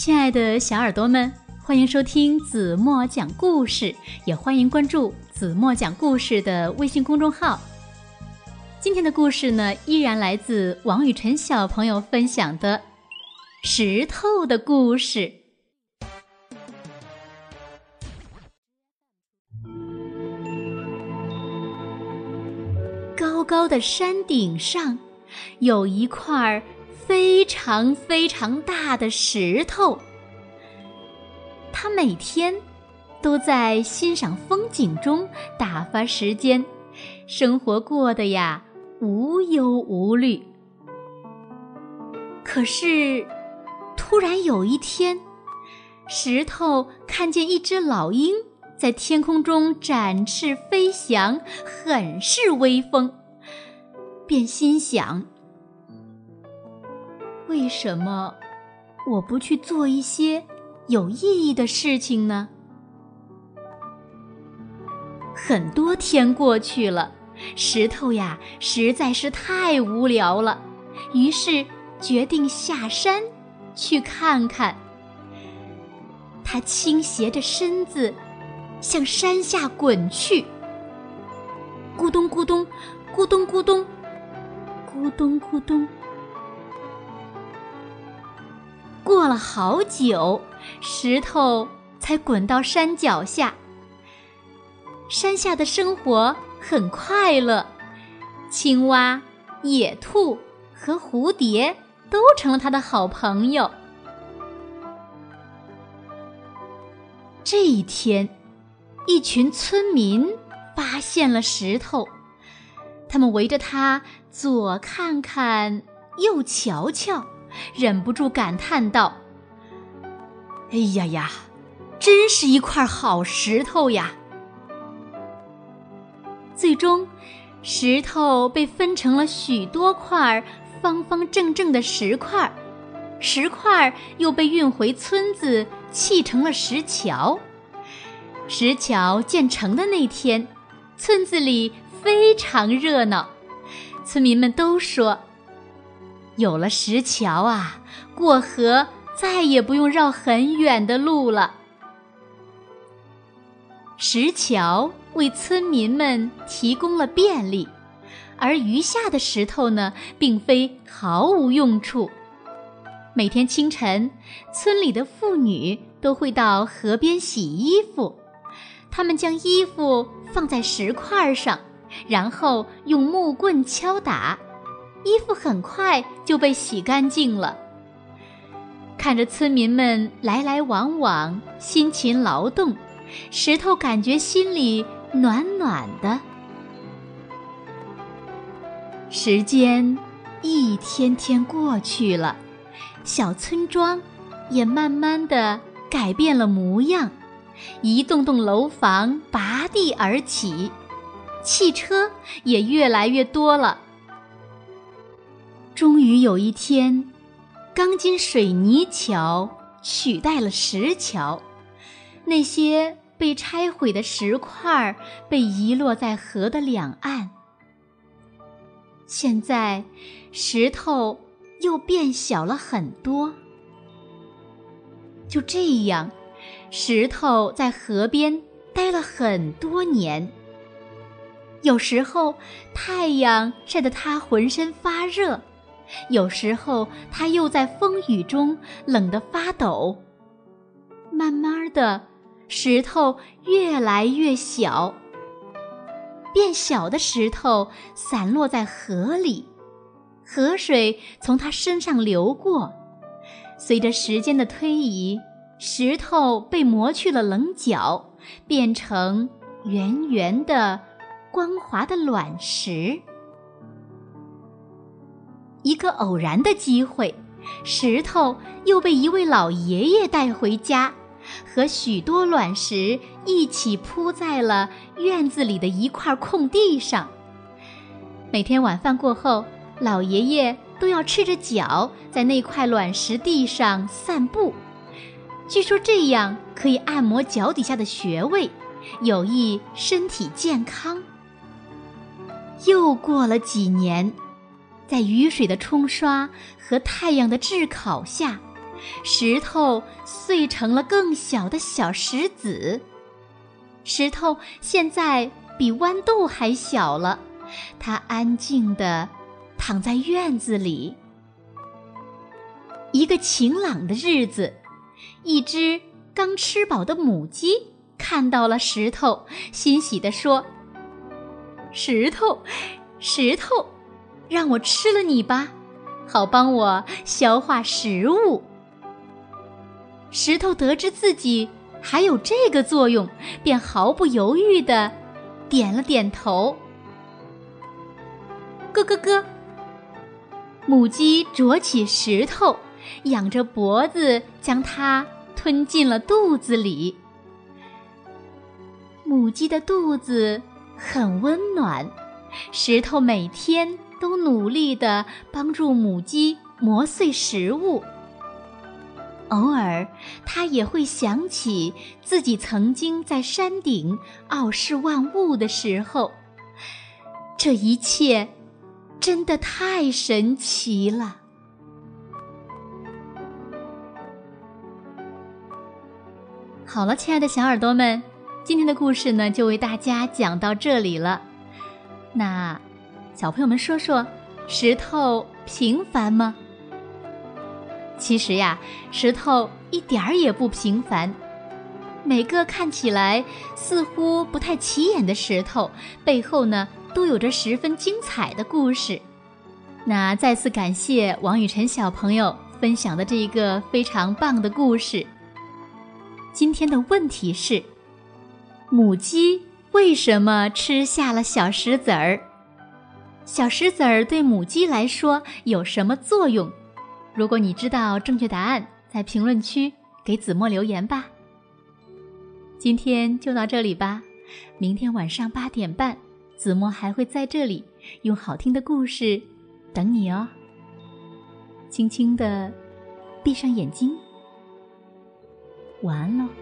亲爱的小耳朵们，欢迎收听子墨讲故事，也欢迎关注子墨讲故事的微信公众号。今天的故事呢，依然来自王雨晨小朋友分享的石头的故事。高高的山顶上有一块非常非常大的石头，他每天都在欣赏风景中打发时间，生活过得呀无忧无虑。可是突然有一天，石头看见一只老鹰在天空中展翅飞翔，很是威风，便心想，为什么我不去做一些有意义的事情呢？很多天过去了，石头呀实在是太无聊了，于是决定下山去看看。他倾斜着身子向山下滚去，咕咚咕咚，咕咚咕咚，咕咚咕咚。过了好久，石头才滚到山脚下。山下的生活很快乐，青蛙、野兔和蝴蝶都成了他的好朋友。这一天，一群村民发现了石头，他们围着它左看看，右瞧瞧，忍不住感叹道：哎呀呀，真是一块好石头呀！最终，石头被分成了许多块方方正正的石块，石块又被运回村子，砌成了石桥。石桥建成的那天，村子里非常热闹，村民们都说，有了石桥啊，过河再也不用绕很远的路了。石桥为村民们提供了便利，而余下的石头呢，并非毫无用处。每天清晨，村里的妇女都会到河边洗衣服，她们将衣服放在石块上，然后用木棍敲打，衣服很快就被洗干净了。看着村民们来来往往，辛勤劳动，石头感觉心里暖暖的。时间一天天过去了，小村庄也慢慢地改变了模样，一栋栋楼房拔地而起，汽车也越来越多了。终于有一天，钢筋水泥桥取代了石桥，那些被拆毁的石块被遗落在河的两岸。现在，石头又变小了很多。就这样，石头在河边待了很多年。有时候，太阳晒得它浑身发热，有时候它又在风雨中冷得发抖。慢慢的，石头越来越小，变小的石头散落在河里，河水从它身上流过。随着时间的推移，石头被磨去了棱角，变成圆圆的光滑的卵石。一个偶然的机会，石头又被一位老爷爷带回家，和许多卵石一起铺在了院子里的一块空地上。每天晚饭过后，老爷爷都要赤着脚在那块卵石地上散步，据说这样可以按摩脚底下的穴位，有益身体健康。又过了几年，在雨水的冲刷和太阳的炙烤下， 石头碎成了更小的小石子。石头现在比豌豆还小了，它安静地躺在院子里。一个晴朗的日子，一只刚吃饱的母鸡看到了石头，欣喜地说：“石头，石头，让我吃了你吧，好帮我消化食物。”石头得知自己还有这个作用，便毫不犹豫地点了点头。咯咯咯，母鸡啄起石头，仰着脖子将它吞进了肚子里。母鸡的肚子很温暖，石头每天都努力地帮助母鸡磨碎食物。偶尔，它也会想起自己曾经在山顶傲视万物的时候。这一切真的太神奇了。好了，亲爱的小耳朵们，今天的故事呢，就为大家讲到这里了。那小朋友们说说，石头平凡吗？其实呀，石头一点儿也不平凡。每个看起来似乎不太起眼的石头，背后呢，都有着十分精彩的故事。那再次感谢王雨晨小朋友分享的这一个非常棒的故事。今天的问题是：母鸡为什么吃下了小石子儿？小石子儿对母鸡来说有什么作用？如果你知道正确答案，在评论区给子墨留言吧。今天就到这里吧，明天晚上8点半，子墨还会在这里用好听的故事等你哦。轻轻地闭上眼睛，晚安喽。